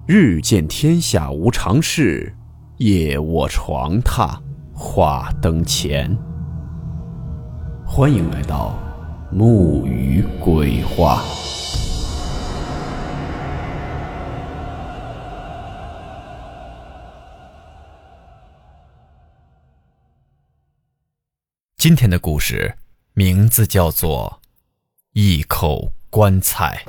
日见天下无常事，夜卧床榻话灯前。欢迎来到木鱼鬼话。 今天的故事名字叫做一口棺材。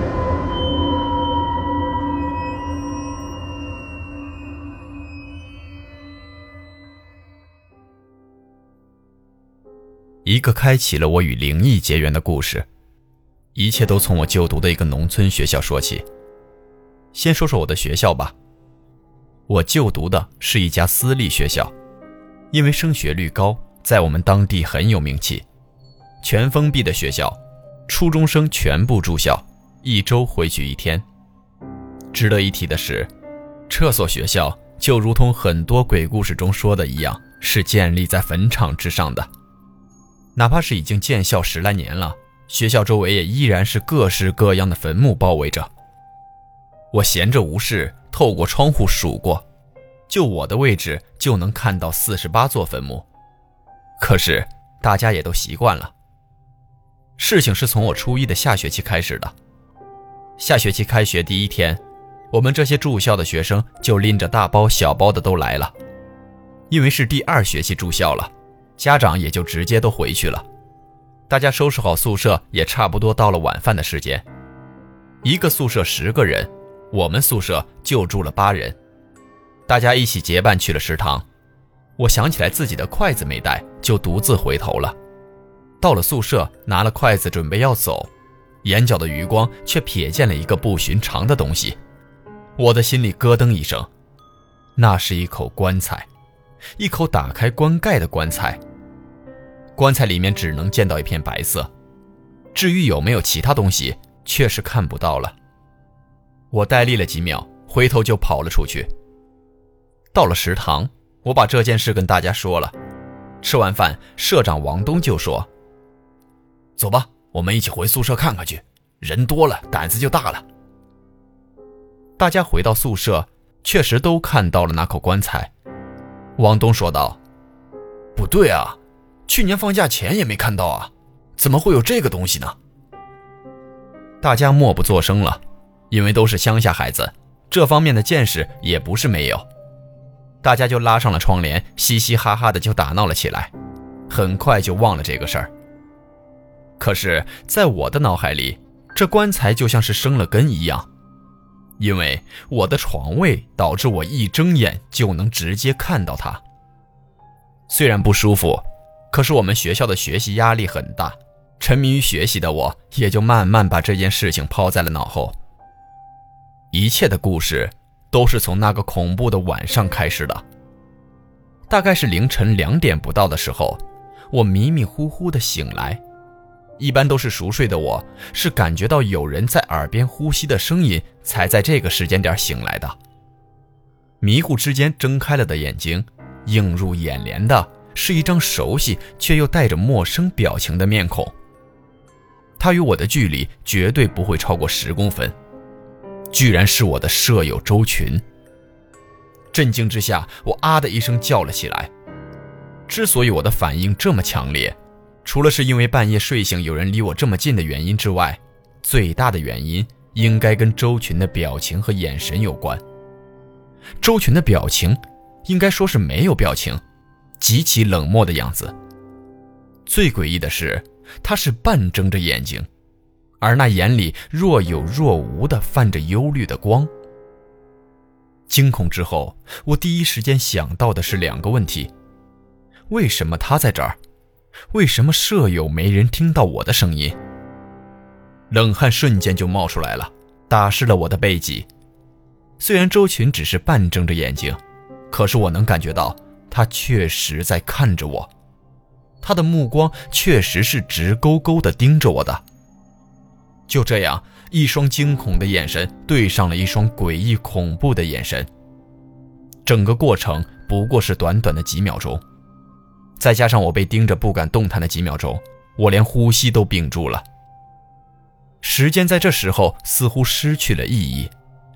一个开启了我与灵异结缘的故事，一切都从我就读的一个农村学校说起。先说说我的学校吧，我就读的是一家私立学校，因为升学率高，在我们当地很有名气。全封闭的学校，初中生全部住校，一周回去一天。值得一提的是，这所学校就如同很多鬼故事中说的一样，是建立在坟场之上的。哪怕是已经建校10来年了，学校周围也依然是各式各样的坟墓包围着。我闲着无事，透过窗户数过，就我的位置就能看到48座坟墓。可是大家也都习惯了。事情是从我初一的下学期开始的。下学期开学第一天，我们这些住校的学生就拎着大包小包的都来了。因为是第2学期住校了，家长也就直接都回去了。大家收拾好宿舍，也差不多到了晚饭的时间。一个宿舍10个人，我们宿舍就住了8人。大家一起结伴去了食堂。我想起来自己的筷子没带，就独自回头了。到了宿舍，拿了筷子准备要走，眼角的余光却瞥见了一个不寻常的东西。我的心里咯噔一声，那是一口棺材，一口打开棺盖的棺材。棺材里面只能见到一片白色，至于有没有其他东西，却是看不到了。我呆立了几秒，回头就跑了出去。到了食堂，我把这件事跟大家说了。吃完饭，社长王东就说：“走吧，我们一起回宿舍看看去，人多了，胆子就大了。”大家回到宿舍，确实都看到了那口棺材。王东说道：“不对啊，去年放假前也没看到啊，怎么会有这个东西呢？”大家默不作声了，因为都是乡下孩子，这方面的见识也不是没有。大家就拉上了窗帘，嘻嘻哈哈的就打闹了起来，很快就忘了这个事儿。可是在我的脑海里，这棺材就像是生了根一样，因为我的床位导致我一睁眼就能直接看到它。虽然不舒服，可是我们学校的学习压力很大，沉迷于学习的我也就慢慢把这件事情抛在了脑后。一切的故事都是从那个恐怖的晚上开始的。大概是凌晨2点不到的时候，我迷迷糊糊的醒来。一般都是熟睡的我，是感觉到有人在耳边呼吸的声音，才在这个时间点醒来的。迷糊之间睁开了的眼睛，映入眼帘的是一张熟悉却又带着陌生表情的面孔。他与我的距离绝对不会超过10公分，居然是我的舍友周群。震惊之下，我啊的一声叫了起来。之所以我的反应这么强烈，除了是因为半夜睡醒有人离我这么近的原因之外，最大的原因应该跟周群的表情和眼神有关。周群的表情应该说是没有表情，极其冷漠的样子。最诡异的是，他是半睁着眼睛，而那眼里若有若无地泛着忧虑的光。惊恐之后，我第一时间想到的是2个问题：为什么他在这儿？为什么舍友没人听到我的声音？冷汗瞬间就冒出来了，打湿了我的背脊。虽然周群只是半睁着眼睛，可是我能感觉到他确实在看着我，他的目光确实是直勾勾地盯着我的。就这样，一双惊恐的眼神对上了一双诡异恐怖的眼神。整个过程不过是短短的几秒钟，再加上我被盯着不敢动弹的几秒钟，我连呼吸都屏住了。时间在这时候似乎失去了意义，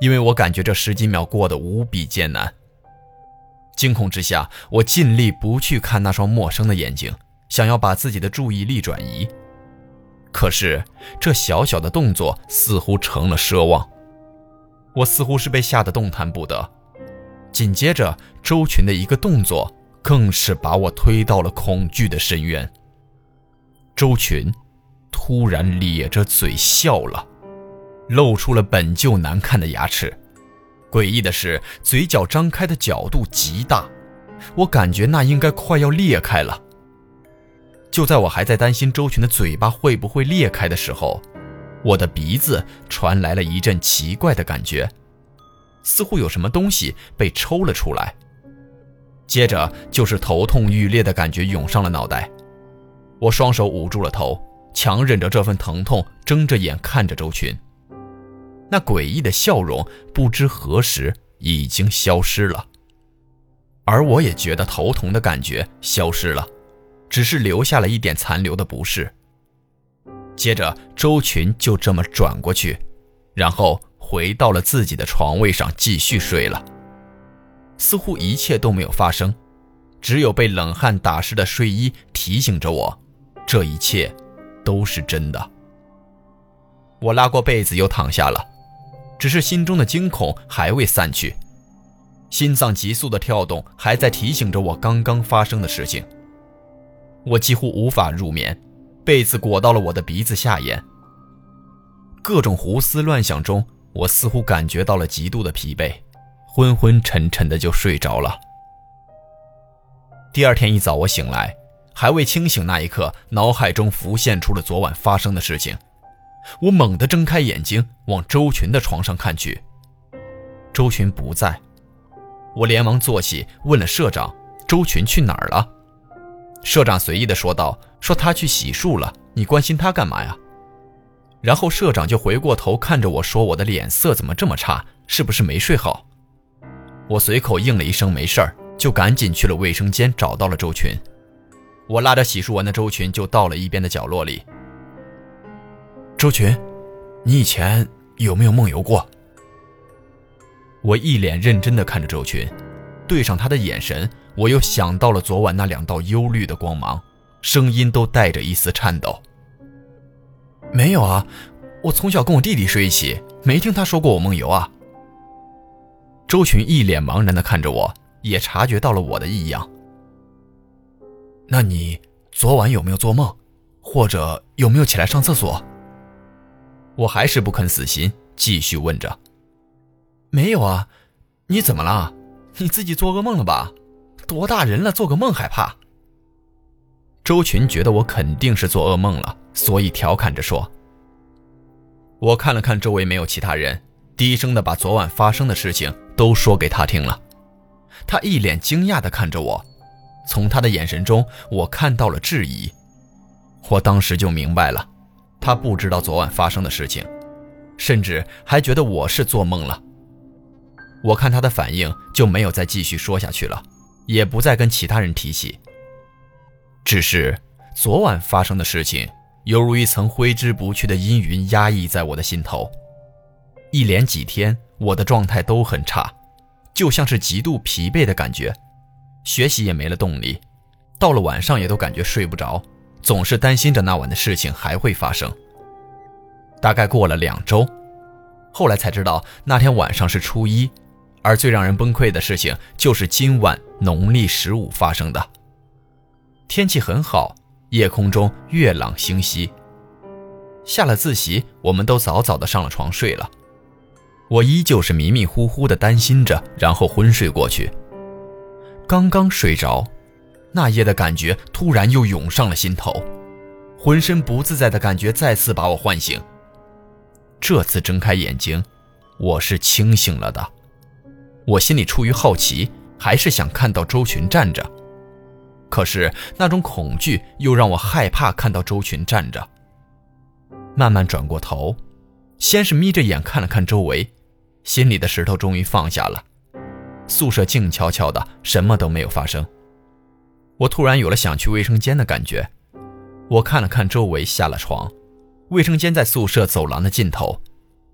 因为我感觉这10几秒过得无比艰难。惊恐之下，我尽力不去看那双陌生的眼睛，想要把自己的注意力转移。可是这小小的动作似乎成了奢望，我似乎是被吓得动弹不得。紧接着周群的一个动作更是把我推到了恐惧的深渊。周群突然咧着嘴笑了，露出了本就难看的牙齿。诡异的是，嘴角张开的角度极大，我感觉那应该快要裂开了。就在我还在担心周群的嘴巴会不会裂开的时候，我的鼻子传来了一阵奇怪的感觉，似乎有什么东西被抽了出来。接着就是头痛欲裂的感觉涌上了脑袋，我双手捂住了头，强忍着这份疼痛，睁着眼看着周群。那诡异的笑容不知何时已经消失了，而我也觉得头疼的感觉消失了，只是留下了一点残留的不适。接着周群就这么转过去，然后回到了自己的床位上继续睡了，似乎一切都没有发生，只有被冷汗打湿的睡衣提醒着我，这一切都是真的。我拉过被子又躺下了，只是心中的惊恐还未散去，心脏急速的跳动还在提醒着我刚刚发生的事情。我几乎无法入眠，被子裹到了我的鼻子下沿。各种胡思乱想中，我似乎感觉到了极度的疲惫，昏昏沉沉的就睡着了。第二天一早我醒来，还未清醒那一刻，脑海中浮现出了昨晚发生的事情。我猛地睁开眼睛，往周群的床上看去。周群不在，我连忙坐起，问了社长，周群去哪儿了？社长随意地说道，说他去洗漱了，你关心他干嘛呀？然后社长就回过头看着我说，我的脸色怎么这么差，是不是没睡好？我随口应了一声没事儿，就赶紧去了卫生间，找到了周群。我拉着洗漱完的周群就到了一边的角落里。周群，你以前有没有梦游过？我一脸认真地看着周群，对上他的眼神，我又想到了昨晚那2道忧虑的光芒，声音都带着一丝颤抖。没有啊，我从小跟我弟弟睡一起，没听他说过我梦游啊。周群一脸茫然地看着我，也察觉到了我的异样。那你昨晚有没有做梦，或者有没有起来上厕所？我还是不肯死心，继续问着。没有啊，你怎么了？你自己做噩梦了吧？多大人了，做个梦还怕？周群觉得我肯定是做噩梦了，所以调侃着说。我看了看周围没有其他人，低声地把昨晚发生的事情都说给他听了。他一脸惊讶地看着我，从他的眼神中我看到了质疑。我当时就明白了，他不知道昨晚发生的事情，甚至还觉得我是做梦了。我看他的反应，就没有再继续说下去了，也不再跟其他人提起。只是昨晚发生的事情，犹如一层挥之不去的阴云压抑在我的心头。一连几天，我的状态都很差，就像是极度疲惫的感觉，学习也没了动力，到了晚上也都感觉睡不着，总是担心着那晚的事情还会发生。大概过了2周，后来才知道那天晚上是初一，而最让人崩溃的事情就是今晚农历15发生的。天气很好，夜空中月朗星稀。下了自习，我们都早早地上了床睡了。我依旧是迷迷糊糊地担心着，然后昏睡过去。刚刚睡着，那夜的感觉突然又涌上了心头，浑身不自在的感觉再次把我唤醒。这次睁开眼睛，我是清醒了的。我心里出于好奇，还是想看到周群站着，可是那种恐惧又让我害怕看到周群站着。慢慢转过头，先是眯着眼看了看周围，心里的石头终于放下了。宿舍静悄悄的，什么都没有发生。我突然有了想去卫生间的感觉，我看了看周围，下了床。卫生间在宿舍走廊的尽头，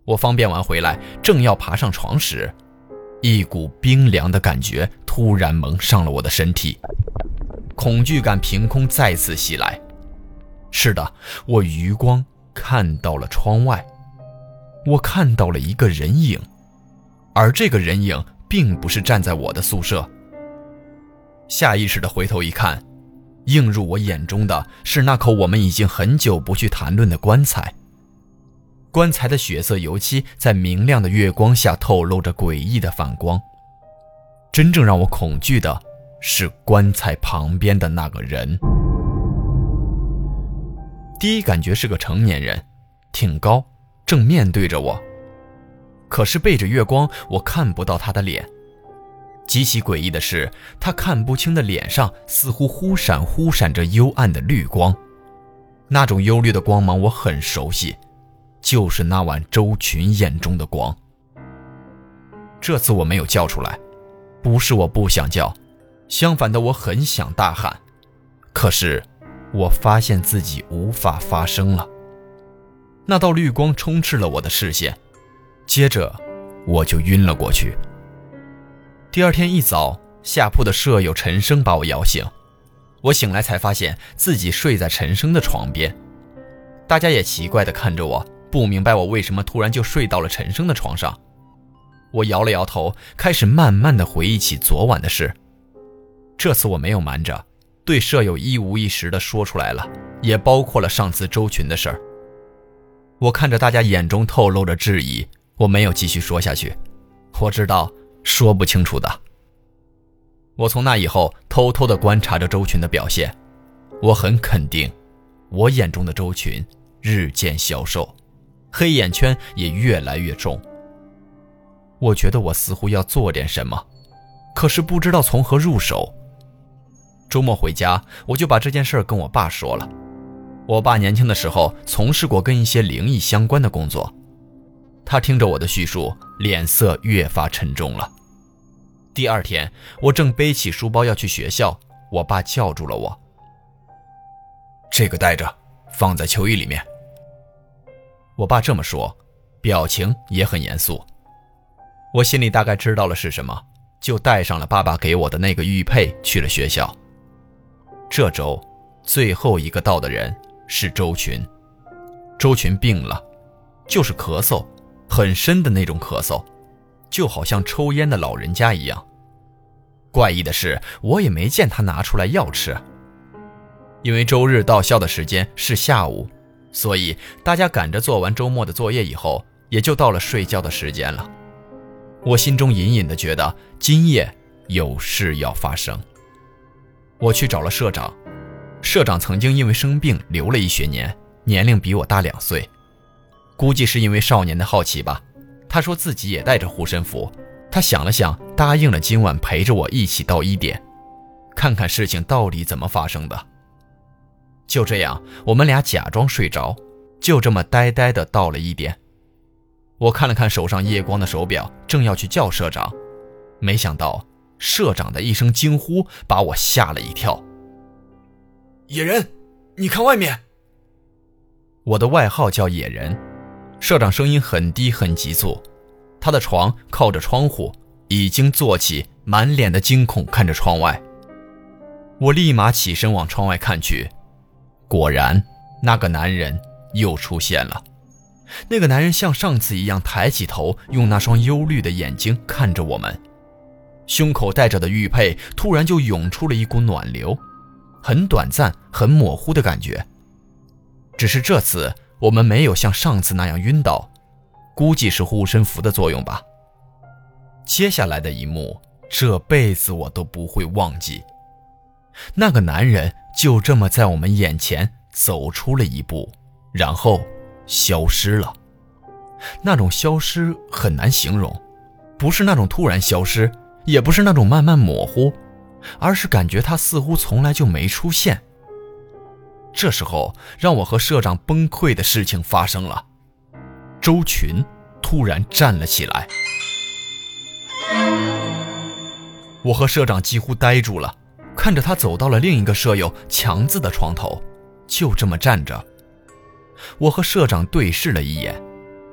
我方便完回来，正要爬上床时，一股冰凉的感觉突然蒙上了我的身体，恐惧感凭空再次袭来。是的，我余光看到了窗外，我看到了一个人影，而这个人影并不是站在我的宿舍。下意识地回头一看，映入我眼中的是那口我们已经很久不去谈论的棺材。棺材的血色油漆在明亮的月光下透露着诡异的反光。真正让我恐惧的是棺材旁边的那个人。第一感觉是个成年人，挺高，正面对着我，可是背着月光，我看不到他的脸。极其诡异的是，他看不清的脸上似乎忽闪忽闪着幽暗的绿光，那种幽绿的光芒我很熟悉，就是那晚周群眼中的光。这次我没有叫出来，不是我不想叫，相反的我很想大喊，可是我发现自己无法发声了。那道绿光充斥了我的视线，接着我就晕了过去。第二天一早，下铺的舍友陈生把我摇醒，我醒来才发现自己睡在陈生的床边。大家也奇怪地看着我，不明白我为什么突然就睡到了陈生的床上。我摇了摇头，开始慢慢地回忆起昨晚的事。这次我没有瞒着，对舍友一五一十地说出来了，也包括了上次周群的事儿。我看着大家眼中透露着质疑，我没有继续说下去，我知道说不清楚的。我从那以后偷偷地观察着周群的表现，我很肯定，我眼中的周群日渐消瘦，黑眼圈也越来越重。我觉得我似乎要做点什么，可是不知道从何入手。周末回家，我就把这件事跟我爸说了。我爸年轻的时候从事过跟一些灵异相关的工作，他听着我的叙述，脸色越发沉重了。第二天，我正背起书包要去学校，我爸叫住了我。这个带着，放在秋衣里面。我爸这么说，表情也很严肃。我心里大概知道了是什么，就带上了爸爸给我的那个玉佩去了学校。这周最后一个到的人是周群。周群病了，就是咳嗽，很深的那种咳嗽，就好像抽烟的老人家一样。怪异的是，我也没见他拿出来药吃。因为周日到校的时间是下午，所以大家赶着做完周末的作业以后，也就到了睡觉的时间了。我心中隐隐地觉得今夜有事要发生。我去找了社长，社长曾经因为生病留了一学年，年龄比我大2岁，估计是因为少年的好奇吧。他说自己也带着护身符，他想了想，答应了今晚陪着我一起到1点，看看事情到底怎么发生的。就这样，我们俩假装睡着，就这么呆呆地到了1点。我看了看手上夜光的手表，正要去叫社长，没想到社长的一声惊呼把我吓了一跳。野人，你看外面！我的外号叫野人。社长声音很低很急促，他的床靠着窗户，已经坐起，满脸的惊恐看着窗外。我立马起身往窗外看去，果然那个男人又出现了。那个男人像上次一样抬起头，用那双忧虑的眼睛看着我们，胸口戴着的玉佩突然就涌出了一股暖流，很短暂很模糊的感觉。只是这次我们没有像上次那样晕倒，估计是护身符的作用吧。接下来的一幕，这辈子我都不会忘记。那个男人就这么在我们眼前走出了一步，然后消失了。那种消失很难形容，不是那种突然消失，也不是那种慢慢模糊，而是感觉他似乎从来就没出现。这时候让我和社长崩溃的事情发生了，周群突然站了起来。我和社长几乎呆住了，看着他走到了另一个舍友强子的床头，就这么站着。我和社长对视了一眼，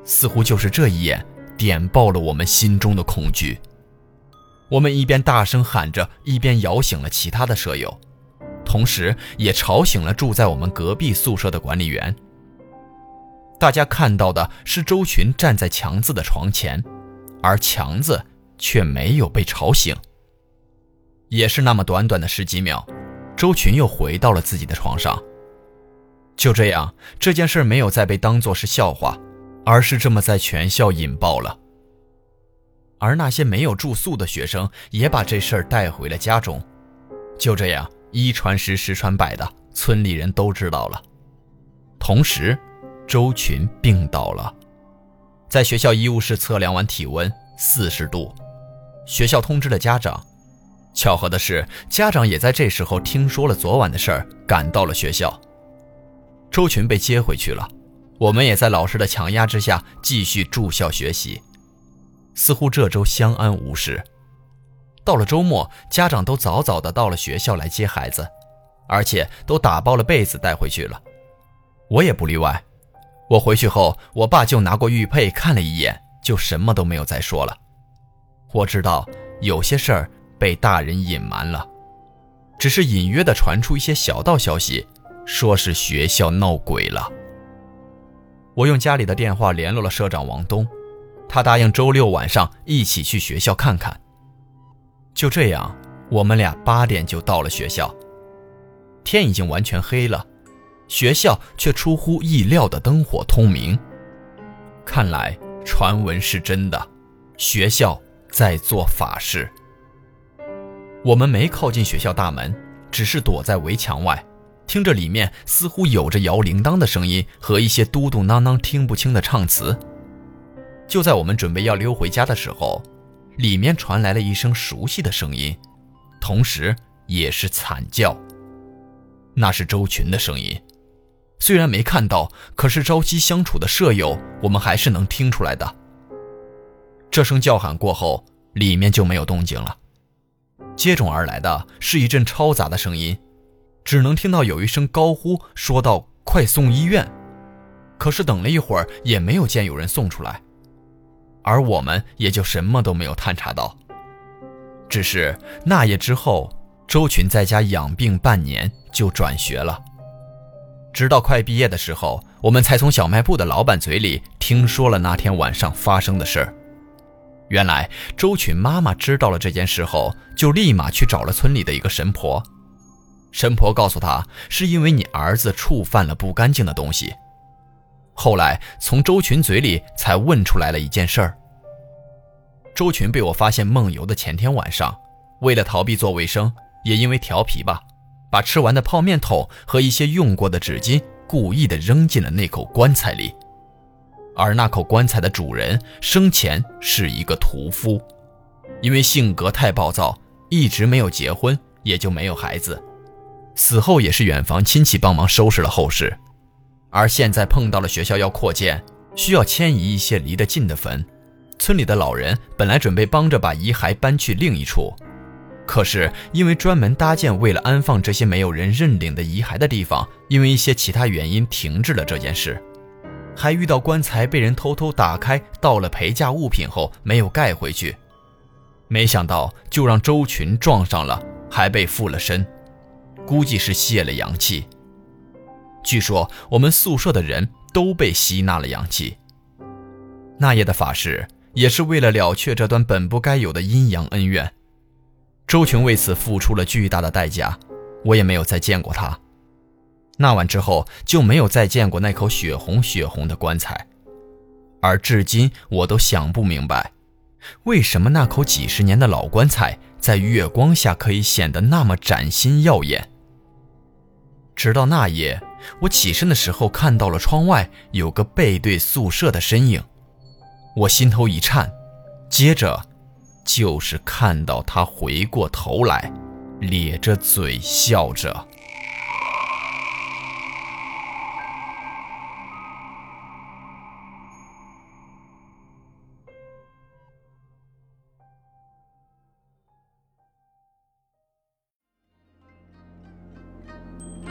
似乎就是这一眼点爆了我们心中的恐惧。我们一边大声喊着，一边摇醒了其他的舍友，同时也吵醒了住在我们隔壁宿舍的管理员。大家看到的是周群站在强子的床前，而强子却没有被吵醒。也是那么短短的10几秒，周群又回到了自己的床上。就这样，这件事没有再被当作是笑话，而是这么在全校引爆了。而那些没有住宿的学生也把这事儿带回了家中。就这样，一传十，十传百的，村里人都知道了。同时，周群病倒了，在学校医务室测量完体温40度，学校通知了家长。巧合的是，家长也在这时候听说了昨晚的事儿，赶到了学校。周群被接回去了，我们也在老师的强压之下继续住校学习，似乎这周相安无事。到了周末，家长都早早的到了学校来接孩子，而且都打包了被子带回去了。我也不例外。我回去后，我爸就拿过玉佩看了一眼，就什么都没有再说了。我知道有些事儿被大人隐瞒了，只是隐约地传出一些小道消息，说是学校闹鬼了。我用家里的电话联络了社长王东，他答应周6晚上一起去学校看看。就这样，我们俩8点就到了学校。天已经完全黑了，学校却出乎意料的灯火通明。看来传闻是真的，学校在做法事。我们没靠近学校大门，只是躲在围墙外，听着里面似乎有着摇铃铛的声音和一些嘟嘟囔囔听不清的唱词。就在我们准备要溜回家的时候，里面传来了一声熟悉的声音，同时也是惨叫。那是周群的声音，虽然没看到，可是朝夕相处的舍友，我们还是能听出来的。这声叫喊过后，里面就没有动静了。接踵而来的是一阵嘈杂的声音，只能听到有一声高呼，说道快送医院。可是等了一会儿也没有见有人送出来，而我们也就什么都没有探查到。只是那夜之后，周群在家养病半年就转学了。直到快毕业的时候，我们才从小卖部的老板嘴里听说了那天晚上发生的事儿。原来周群妈妈知道了这件事后，就立马去找了村里的一个神婆。神婆告诉她，是因为你儿子触犯了不干净的东西。后来从周群嘴里才问出来了一件事儿。周群被我发现梦游的前天晚上，为了逃避做卫生，也因为调皮吧，把吃完的泡面桶和一些用过的纸巾故意地扔进了那口棺材里。而那口棺材的主人生前是一个屠夫，因为性格太暴躁，一直没有结婚，也就没有孩子。死后也是远房亲戚帮忙收拾了后事。而现在碰到了学校要扩建，需要迁移一些离得近的坟，村里的老人本来准备帮着把遗骸搬去另一处，可是因为专门搭建为了安放这些没有人认领的遗骸的地方，因为一些其他原因停滞了这件事。还遇到棺材被人偷偷打开，到了陪嫁物品后没有盖回去，没想到就让周群撞上了，还被附了身，估计是泄了阳气。据说我们宿舍的人都被吸纳了阳气。那夜的法事也是为了了却这段本不该有的阴阳恩怨。周群为此付出了巨大的代价，我也没有再见过他。那晚之后就没有再见过那口血红血红的棺材，而至今我都想不明白，为什么那口几十年的老棺材在月光下可以显得那么崭新耀眼。直到那夜，我起身的时候看到了窗外有个背对宿舍的身影，我心头一颤，接着就是看到他回过头来，咧着嘴笑着。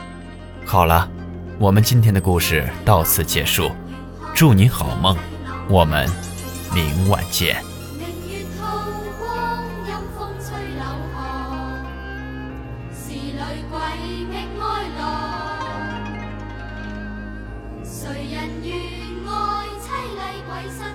好了，我们今天的故事到此结束，祝您好梦， 我们明晚见。 明月透光，阴風吹柳巷，時裏鬼覓哀樂，誰人願愛凄厲鬼身？